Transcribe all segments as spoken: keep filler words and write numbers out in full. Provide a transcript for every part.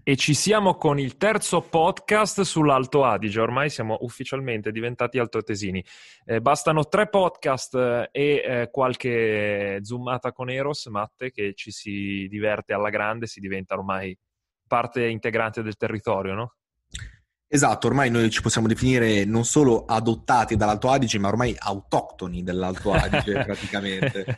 E ci siamo con il terzo podcast sull'Alto Adige. Ormai siamo ufficialmente diventati altoatesini. Eh, bastano tre podcast eh, e eh, qualche zoomata con Eros, Matte, che ci si diverte alla grande, si diventa ormai parte integrante del territorio, no? Esatto, ormai noi ci possiamo definire non solo adottati dall'Alto Adige, ma ormai autoctoni dell'Alto Adige praticamente.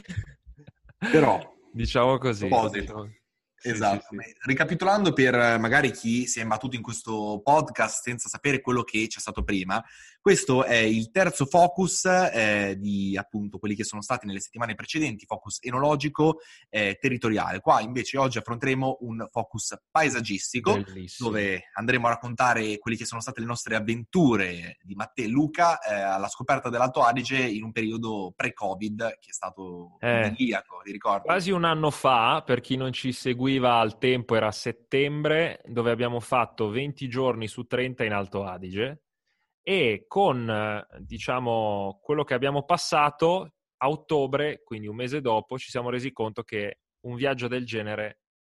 Però, Diciamo così. proposito. Diciamo... Sì, sì, Esatto. sì. Ricapitolando per eh, magari chi si è imbattuto in questo podcast senza sapere quello che c'è stato prima, questo è il terzo focus eh, di appunto quelli che sono stati nelle settimane precedenti, focus enologico eh, territoriale. Qua invece oggi affronteremo un focus paesaggistico, Bellissimo. dove andremo a raccontare quelle che sono state le nostre avventure di Matteo e Luca eh, alla scoperta dell'Alto Adige in un periodo pre-Covid che è stato Eh. idilliaco, ti ricordi? Quasi un anno fa, per chi non ci seguiva al tempo, era settembre, dove abbiamo fatto venti giorni su trenta in Alto Adige e con, eh, diciamo, quello che abbiamo passato, a ottobre, quindi un mese dopo, ci siamo resi conto che un viaggio del genere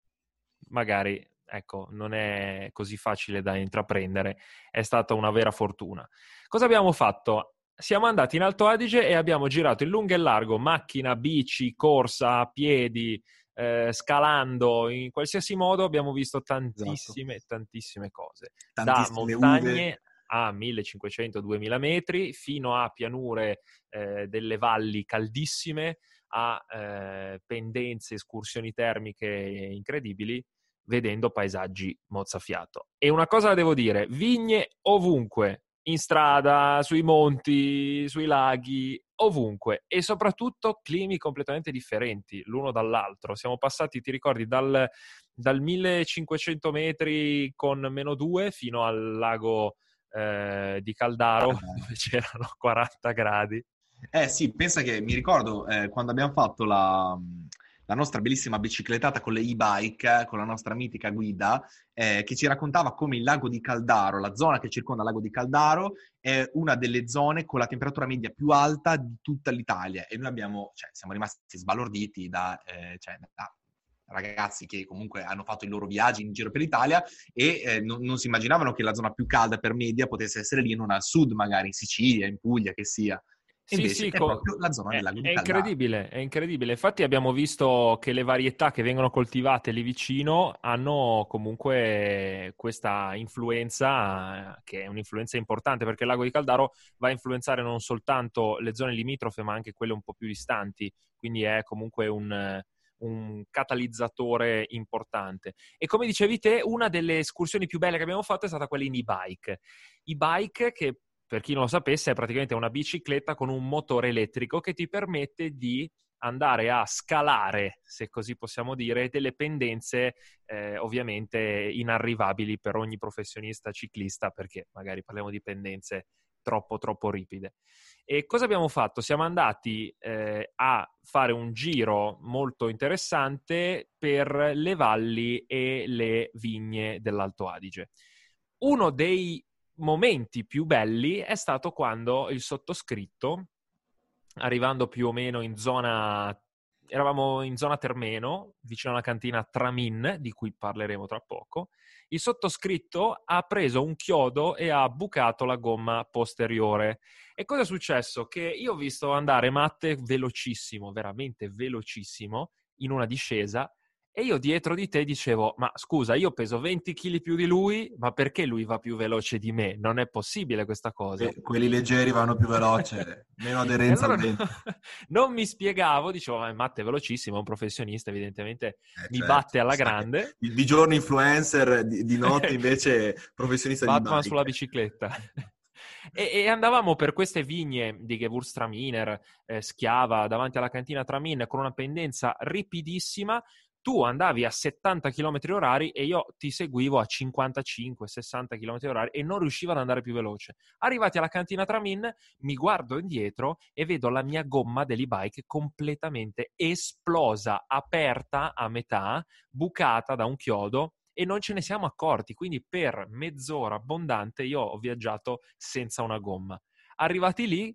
magari, ecco, non è così facile da intraprendere. È stata una vera fortuna. Cosa abbiamo fatto? Siamo andati in Alto Adige e abbiamo girato in lungo e largo, macchina, bici, corsa, a piedi, eh, scalando, in qualsiasi modo abbiamo visto tantissime, Esatto. tantissime cose. Da Tantissime uve. montagne a millecinquecento-duemila metri, fino a pianure eh, delle valli caldissime, a eh, pendenze, escursioni termiche incredibili, vedendo paesaggi mozzafiato. E una cosa la devo dire, vigne ovunque, in strada, sui monti, sui laghi, ovunque, e soprattutto climi completamente differenti l'uno dall'altro. Siamo passati, ti ricordi, dal, dal millecinquecento metri con meno due fino al lago eh, di Caldaro, dove c'erano quaranta gradi. Eh sì, pensa che mi ricordo eh, quando abbiamo fatto la, la nostra bellissima biciclettata con le e-bike, con la nostra mitica guida, eh, che ci raccontava come il lago di Caldaro, la zona che circonda il lago di Caldaro, è una delle zone con la temperatura media più alta di tutta l'Italia. E noi abbiamo, cioè, siamo rimasti sbalorditi da, eh, cioè, da ragazzi che comunque hanno fatto i loro viaggi in giro per l'Italia e eh, non, non si immaginavano che la zona più calda per media potesse essere lì e non al sud, magari in Sicilia, in Puglia, che sia. E Sì, invece sì, è co- proprio la zona è, del lago è di Caldaro. incredibile, è incredibile. Infatti abbiamo visto che le varietà che vengono coltivate lì vicino hanno comunque questa influenza, che è un'influenza importante, perché il lago di Caldaro va a influenzare non soltanto le zone limitrofe, ma anche quelle un po' più distanti, quindi è comunque un, un catalizzatore importante. E come dicevi te, una delle escursioni più belle che abbiamo fatto è stata quella in e-bike. E-bike che, per chi non lo sapesse, è praticamente una bicicletta con un motore elettrico che ti permette di andare a scalare, se così possiamo dire, delle pendenze eh, ovviamente inarrivabili per ogni professionista ciclista, perché magari parliamo di pendenze troppo troppo ripide. E cosa abbiamo fatto? Siamo andati eh, a fare un giro molto interessante per le valli e le vigne dell'Alto Adige. Uno dei momenti più belli è stato quando il sottoscritto, arrivando più o meno in zona, eravamo in zona Termeno, vicino alla cantina Tramin, di cui parleremo tra poco, il sottoscritto ha preso un chiodo e ha bucato la gomma posteriore. E cosa è successo? Che io ho visto andare Matte velocissimo, veramente velocissimo, in una discesa, e io dietro di te dicevo, ma scusa, io peso venti chili più di lui, ma perché lui va più veloce di me? Non è possibile questa cosa. Que- quelli leggeri vanno più veloce, meno E aderenza al allora no, vento. non mi spiegavo, dicevo, ma Matte è velocissimo, è un professionista, evidentemente Eh, mi certo, batte alla sai, grande. di, di giorno influencer, di, di notte invece professionista di Batman sulla bike. bicicletta. E, e andavamo per queste vigne di Gewürztraminer, eh, Schiava, davanti alla cantina Tramin, con una pendenza ripidissima. Tu andavi a settanta chilometri orari e io ti seguivo a cinquantacinque sessanta chilometri orari e non riuscivo ad andare più veloce. Arrivati alla cantina Tramin, mi guardo indietro e vedo la mia gomma dell'e-bike completamente esplosa, aperta a metà, bucata da un chiodo, e non ce ne siamo accorti, quindi per mezz'ora abbondante io ho viaggiato senza una gomma. Arrivati lì,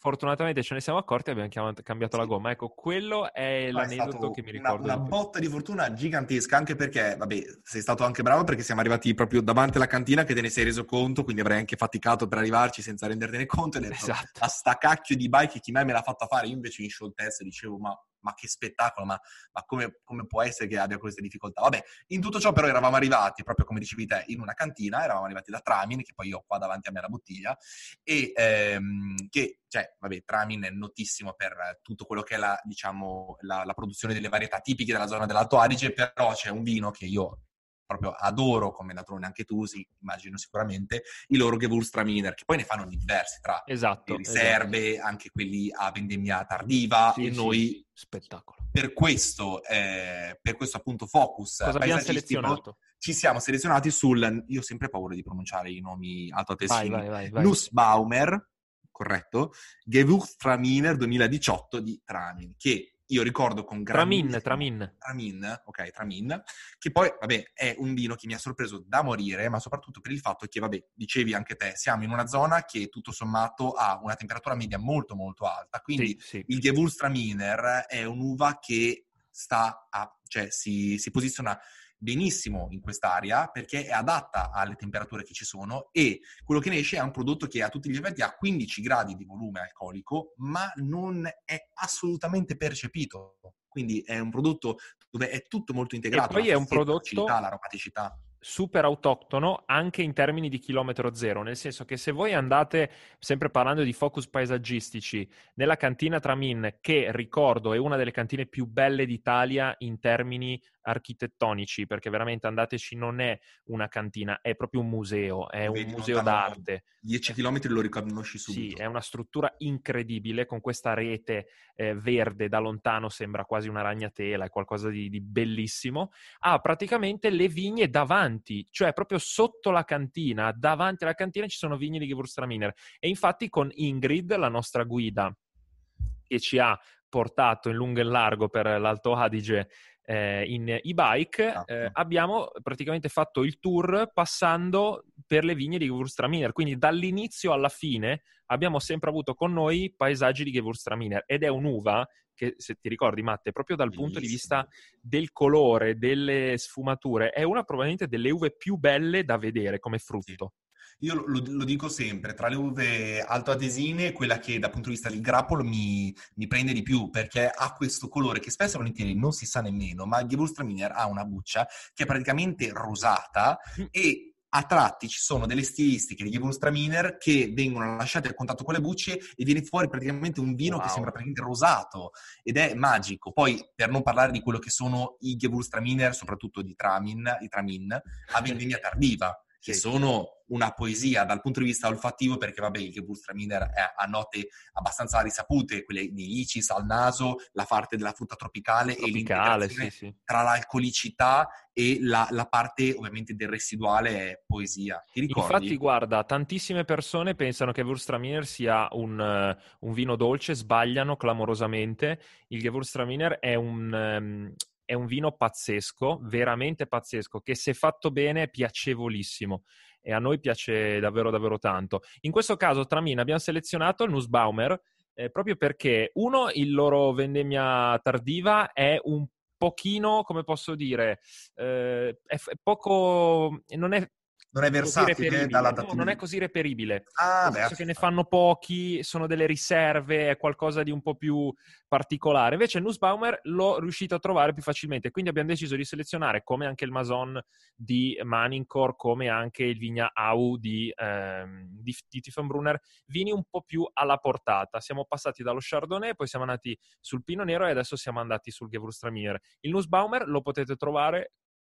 fortunatamente ce ne siamo accorti e abbiamo chiamato, cambiato sì. la gomma. Ecco, quello è no, l'aneddoto è che mi ricordo. Una, una botta di fortuna gigantesca, anche perché, vabbè, sei stato anche bravo perché siamo arrivati proprio davanti alla cantina che te ne sei reso conto, quindi avrei anche faticato per arrivarci senza rendertene conto e ho detto, esatto. a sta cacchio di bike chi mai me l'ha fatta fare? Io invece in scioltezza dicevo, ma... ma che spettacolo, ma, ma come, come può essere che abbia queste difficoltà? Vabbè, in tutto ciò però eravamo arrivati, proprio come dicevi te, in una cantina, eravamo arrivati da Tramin, che poi io ho qua davanti a me la bottiglia, e ehm, che, cioè, vabbè, Tramin è notissimo per tutto quello che è la, diciamo, la, la produzione delle varietà tipiche della zona dell'Alto Adige, però c'è un vino che io proprio adoro, come d'altronde anche tu, sì, immagino sicuramente, i loro Gewürztraminer, che poi ne fanno diversi, tra esatto, le riserve, esatto. anche quelli a vendemmia tardiva, sì, e sì, noi spettacolo. Per questo, eh, per questo appunto focus Cosa abbiamo paesaggistico selezionato? ci siamo selezionati sul, io ho sempre paura di pronunciare i nomi altoatesini, vai, vai, vai, vai. Nussbaumer, corretto, Gewürztraminer duemiladiciotto di Tramin, che io ricordo con grandissimo... Tramin, Tramin. Tramin, ok, Tramin, che poi, vabbè, è un vino che mi ha sorpreso da morire, ma soprattutto per il fatto che, vabbè, dicevi anche te, siamo in una zona che tutto sommato ha una temperatura media molto molto alta, quindi sì, sì. il Gewürztraminer è un'uva che sta a, cioè si, si posiziona benissimo in quest'area perché è adatta alle temperature che ci sono e quello che ne esce è un prodotto che a tutti gli effetti ha quindici gradi di volume alcolico, ma non è assolutamente percepito. Quindi è un prodotto dove è tutto molto integrato, e poi la è un freschezza, l'acidità, prodotto l'aromaticità. super autoctono anche in termini di chilometro zero, nel senso che se voi andate, sempre parlando di focus paesaggistici, nella cantina Tramin, che ricordo è una delle cantine più belle d'Italia in termini architettonici, perché veramente andateci, non è una cantina, è proprio un museo, è Lo un vedi museo lontano d'arte. dieci chilometri lo riconosci subito. Sì, è una struttura incredibile con questa rete eh, verde da lontano, sembra quasi una ragnatela, è qualcosa di, di bellissimo. Ha praticamente le vigne davanti, cioè proprio sotto la cantina, davanti alla cantina ci sono vigne di Gewürztraminer. E infatti con Ingrid, la nostra guida, che ci ha portato in lungo e in largo per l'Alto Adige eh, in e-bike, eh, abbiamo praticamente fatto il tour passando per le vigne di Gewürztraminer, quindi dall'inizio alla fine abbiamo sempre avuto con noi paesaggi di Gewürztraminer ed è un'uva che, se ti ricordi Matte, proprio dal Bellissimo. punto di vista del colore, delle sfumature, è una probabilmente delle uve più belle da vedere come frutto. Sì. Io lo, lo dico sempre, tra le uve altoadesine, quella che dal punto di vista del grappolo mi, mi prende di più, perché ha questo colore che spesso e volentieri non si sa nemmeno, ma il Gewürztraminer ha una buccia che è praticamente rosata e a tratti ci sono delle stilistiche di Gewürztraminer che vengono lasciate a contatto con le bucce e viene fuori praticamente un vino wow. che sembra praticamente rosato ed è magico. Poi, per non parlare di quello che sono i Gewürztraminer, soprattutto di Tramin, di Tramin a vendemmia tardiva, che sì. sono una poesia dal punto di vista olfattivo, perché vabbè, il Gewürztraminer ha note abbastanza risapute, quelle di licis al naso, la parte della frutta tropicale, tropicale e l'integrazione sì, sì. tra l'alcolicità e la, la parte ovviamente del residuale è poesia. Ti ricordi? Infatti, guarda, tantissime persone pensano che Gewürztraminer sia un, uh, un vino dolce, sbagliano clamorosamente. Il Gewürztraminer è un... Um, è un vino pazzesco, veramente pazzesco, che se fatto bene è piacevolissimo e a noi piace davvero davvero tanto. In questo caso Tramin abbiamo selezionato il Nussbaumer eh, proprio perché uno, il loro vendemmia tardiva è un pochino, come posso dire, eh, è, è poco, non è Non è così versatile reperibile. dalla No, non è così reperibile. Ah, Nel beh, senso che ne fanno pochi, sono delle riserve, è qualcosa di un po' più particolare. Invece il Nussbaumer l'ho riuscito a trovare più facilmente, quindi abbiamo deciso di selezionare, come anche il Mason di Manincor, come anche il Vigna Au di, ehm, di, di Tiefenbrunner, vini un po' più alla portata. Siamo passati dallo Chardonnay, poi siamo andati sul Pinot Nero e adesso siamo andati sul Gewürztraminer. Il Nussbaumer lo potete trovare,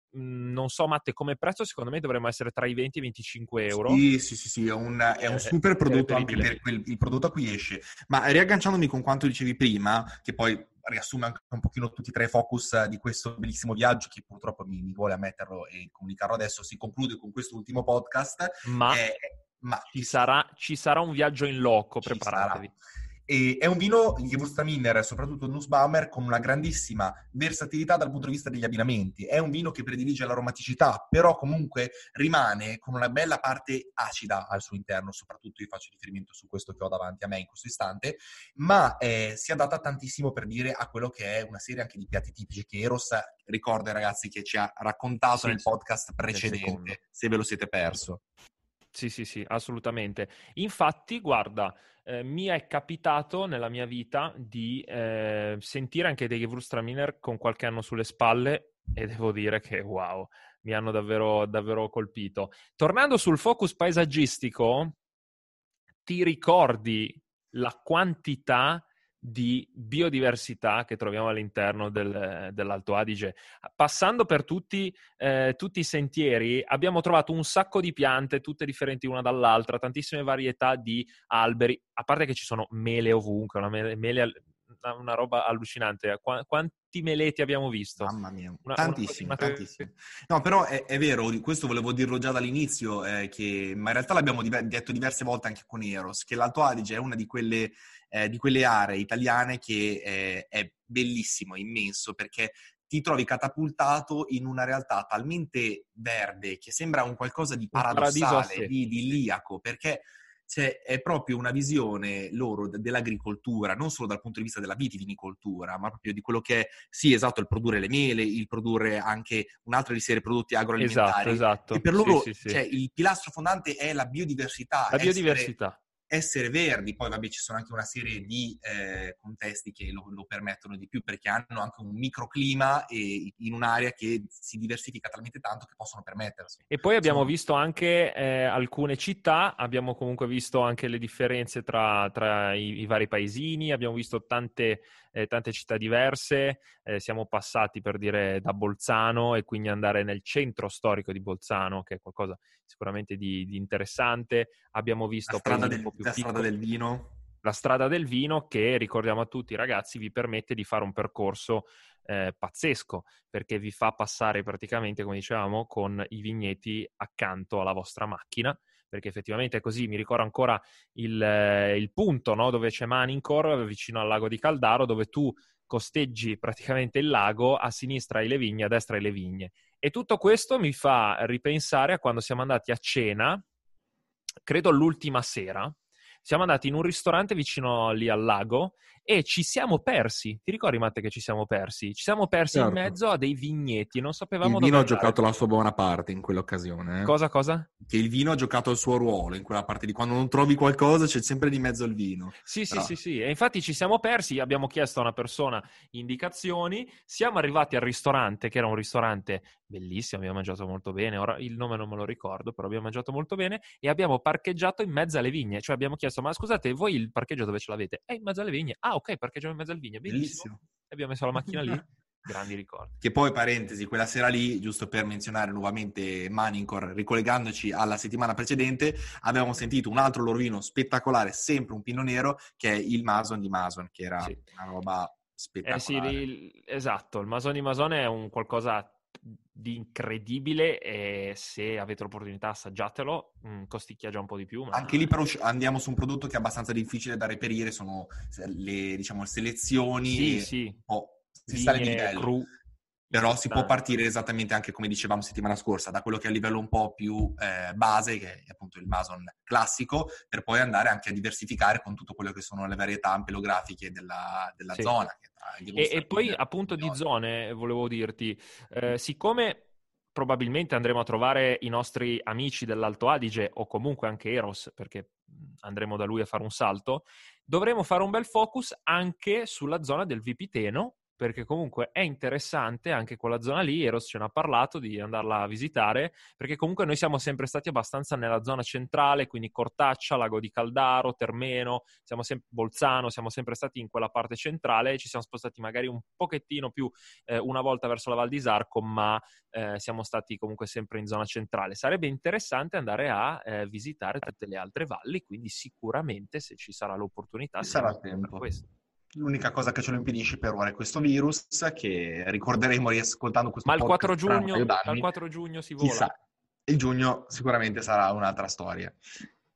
non so Matte come prezzo, secondo me dovremmo essere tra i venti e i venticinque euro. Sì, sì, sì, sì, è un, è un super prodotto anche per quel, il prodotto a cui esce. Ma riagganciandomi con quanto dicevi prima, che poi riassume anche un pochino tutti e tre i focus di questo bellissimo viaggio che purtroppo mi, mi vuole ammetterlo e comunicarlo adesso, si conclude con questo ultimo podcast. Ma, eh, ma ci, sarà, ci sarà un viaggio in loco, ci preparatevi. Sarà. E è un vino, il Gewürztraminer, soprattutto il Nussbaumer, con una grandissima versatilità dal punto di vista degli abbinamenti. È un vino che predilige l'aromaticità, però comunque rimane con una bella parte acida al suo interno, soprattutto io faccio riferimento su questo che ho davanti a me in questo istante, ma eh, si adatta tantissimo, per dire, a quello che è una serie anche di piatti tipici che Eros, ricorda ai ragazzi, che ci ha raccontato Sì, nel sì, podcast precedente, se ve lo siete perso. Sì, sì, sì, assolutamente. Infatti, guarda, eh, mi è capitato nella mia vita di eh, sentire anche dei Gewürztraminer con qualche anno sulle spalle e devo dire che, wow, mi hanno davvero, davvero colpito. Tornando sul focus paesaggistico, ti ricordi la quantità di biodiversità che troviamo all'interno del, dell'Alto Adige? Passando per tutti, eh, tutti i sentieri, abbiamo trovato un sacco di piante, tutte differenti una dall'altra, tantissime varietà di alberi, a parte che ci sono mele ovunque, una, mele, mele, una roba allucinante. Qu- quanti meleti abbiamo visto? Mamma mia, Una, tantissimi, una... tantissimi. No, però è, è vero, questo volevo dirlo già dall'inizio, eh, che, ma in realtà l'abbiamo diver- detto diverse volte anche con Eros, che l'Alto Adige è una di quelle, eh, di quelle aree italiane che eh, è bellissimo, è immenso, perché ti trovi catapultato in una realtà talmente verde che sembra un qualcosa di un paradiso a paradossale, sé. di, di idilliaco, perché cioè, è proprio una visione loro de- dell'agricoltura, non solo dal punto di vista della vitivinicoltura, ma proprio di quello che è, sì, esatto, il produrre le mele, il produrre anche un'altra di serie prodotti Esatto, agroalimentari, che esatto. per Sì, loro, sì, sì. cioè, il pilastro fondante è la biodiversità, La essere, biodiversità. essere verdi. Poi, vabbè, ci sono anche una serie di eh, contesti che lo, lo permettono di più, perché hanno anche un microclima e, in un'area che si diversifica talmente tanto che possono permettersi. E poi abbiamo Sono... visto anche eh, alcune città, abbiamo comunque visto anche le differenze tra, tra i, i vari paesini, abbiamo visto tante, eh, tante città diverse, eh, siamo passati, per dire, da Bolzano e quindi andare nel centro storico di Bolzano, che è qualcosa sicuramente di, di interessante. Abbiamo La visto strada paesini un del, po' più la strada piccoli. del vino. La strada del vino che, ricordiamo a tutti i ragazzi, vi permette di fare un percorso eh, pazzesco, perché vi fa passare praticamente, come dicevamo, con i vigneti accanto alla vostra macchina, perché effettivamente è così. Mi ricordo ancora il, eh, il punto, no, dove c'è Manincor, vicino al lago di Caldaro, dove tu costeggi praticamente il lago, a sinistra hai le vigne, a destra hai le vigne. E tutto questo mi fa ripensare a quando siamo andati a cena, credo l'ultima sera. Siamo andati in un ristorante vicino lì al lago e ci siamo persi. Ti ricordi, Matte, che ci siamo persi? Ci siamo persi in Certo. mezzo a dei vigneti e non Il sapevamo dove vino ha andare. giocato la sua buona parte in quell'occasione. Eh? Cosa, cosa? Che il vino ha giocato il suo ruolo in quella parte di quando non trovi qualcosa c'è sempre di mezzo il vino. Sì, sì, Però... sì, sì. E infatti ci siamo persi, abbiamo chiesto a una persona indicazioni, siamo arrivati al ristorante, che era un ristorante bellissimo, abbiamo mangiato molto bene, ora il nome non me lo ricordo, però abbiamo mangiato molto bene e abbiamo parcheggiato in mezzo alle vigne. Cioè abbiamo chiesto, ma scusate, voi il parcheggio dove ce l'avete? È in mezzo alle vigne. Ah, ok, parcheggiamo in mezzo alle vigne, benissimo. Bellissimo. E abbiamo messo la macchina lì. Grandi ricordi. Che poi, parentesi, quella sera lì, giusto per menzionare nuovamente Manincor, ricollegandoci alla settimana precedente, avevamo sentito un altro loro vino spettacolare, sempre un Pinot Nero, che è il Mason di Mason, che era Sì. una roba spettacolare. Eh sì, il, esatto, il Mason di Mason è un qualcosa di incredibile e se avete l'opportunità assaggiatelo, mm, costicchia già un po' di più. Ma... Anche lì però andiamo su un prodotto che è abbastanza difficile da reperire, sono le, diciamo, selezioni Sì, e sì. un po'... si sale di Vigne livello. cru. Però si può partire esattamente anche come dicevamo settimana scorsa, da quello che è a livello un po' più eh, base, che è appunto il Mason classico, per poi andare anche a diversificare con tutto quello che sono le varietà ampelografiche della, della Sì. zona. Che e, e poi appunto di zone, volevo dirti, eh, siccome probabilmente andremo a trovare i nostri amici dell'Alto Adige o comunque anche Eros, perché andremo da lui a fare un salto, dovremo fare un bel focus anche sulla zona del Vipiteno, perché comunque è interessante anche quella zona lì. Eros ce n'ha parlato di andarla a visitare, perché comunque noi siamo sempre stati abbastanza nella zona centrale, quindi Cortaccia, Lago di Caldaro, Termeno, siamo sempre Bolzano, siamo sempre stati in quella parte centrale e ci siamo spostati magari un pochettino più eh, una volta verso la Val di Isarco, ma eh, siamo stati comunque sempre in zona centrale. Sarebbe interessante andare a eh, visitare tutte le altre valli, quindi sicuramente se ci sarà l'opportunità ci sarà per tempo. questo. L'unica cosa che ce lo impedisce per ora è questo virus, che ricorderemo riascoltando questo Ma il podcast quattro giugno, tra un paio dal d'anni. quattro giugno si vola. Chissà, il giugno sicuramente sarà un'altra storia.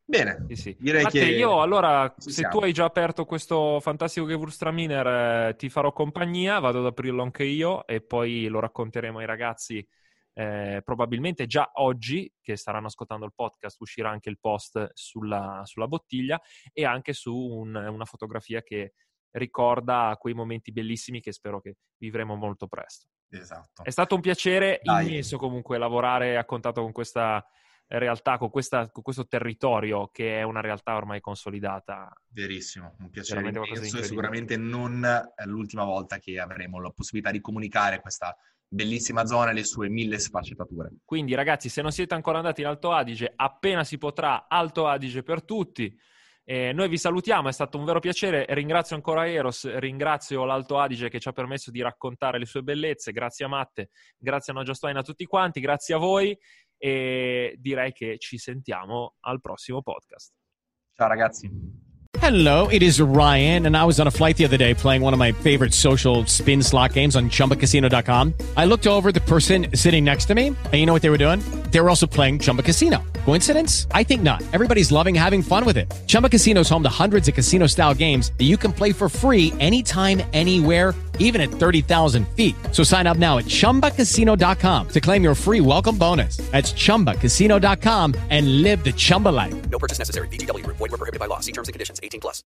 Bene, Sì, sì. direi Matte, che io allora, ci se siamo. tu hai già aperto questo fantastico Gewürztraminer, eh, ti farò compagnia, vado ad aprirlo anche io e poi lo racconteremo ai ragazzi. Eh, probabilmente già oggi, che staranno ascoltando il podcast, uscirà anche il post sulla, sulla bottiglia e anche su un- una fotografia che ricorda quei momenti bellissimi che spero che vivremo molto presto. Esatto. È stato un piacere Dai. immenso comunque lavorare a contatto con questa realtà, con, questa, con questo territorio che è una realtà ormai consolidata. Verissimo, un piacere Veramente qualcosa di immenso e incredibile. sicuramente non è l'ultima volta che avremo la possibilità di comunicare questa bellissima zona e le sue mille sfaccettature. Quindi ragazzi, se non siete ancora andati in Alto Adige, appena si potrà, Alto Adige per tutti. Eh, noi vi salutiamo, è stato un vero piacere, ringrazio ancora Eros, ringrazio l'Alto Adige che ci ha permesso di raccontare le sue bellezze, grazie a Matte, grazie a Nogia Stein, a tutti quanti, grazie a voi e direi che ci sentiamo al prossimo podcast. Ciao ragazzi. Hello, it is Ryan, and I was on a flight the other day playing one of my favorite social spin slot games on Chumba Casino dot com. I looked over at the person sitting next to me, and you know what they were doing? They were also playing Chumba Casino. Coincidence? I think not. Everybody's loving having fun with it. Chumba Casino is home to hundreds of casino-style games that you can play for free anytime, anywhere, even at thirty thousand feet. So sign up now at Chumba Casino dot com to claim your free welcome bonus. That's Chumba Casino dot com and live the Chumba life. No purchase necessary. V G W. Void where prohibited by law. See terms and conditions. eighteen plus.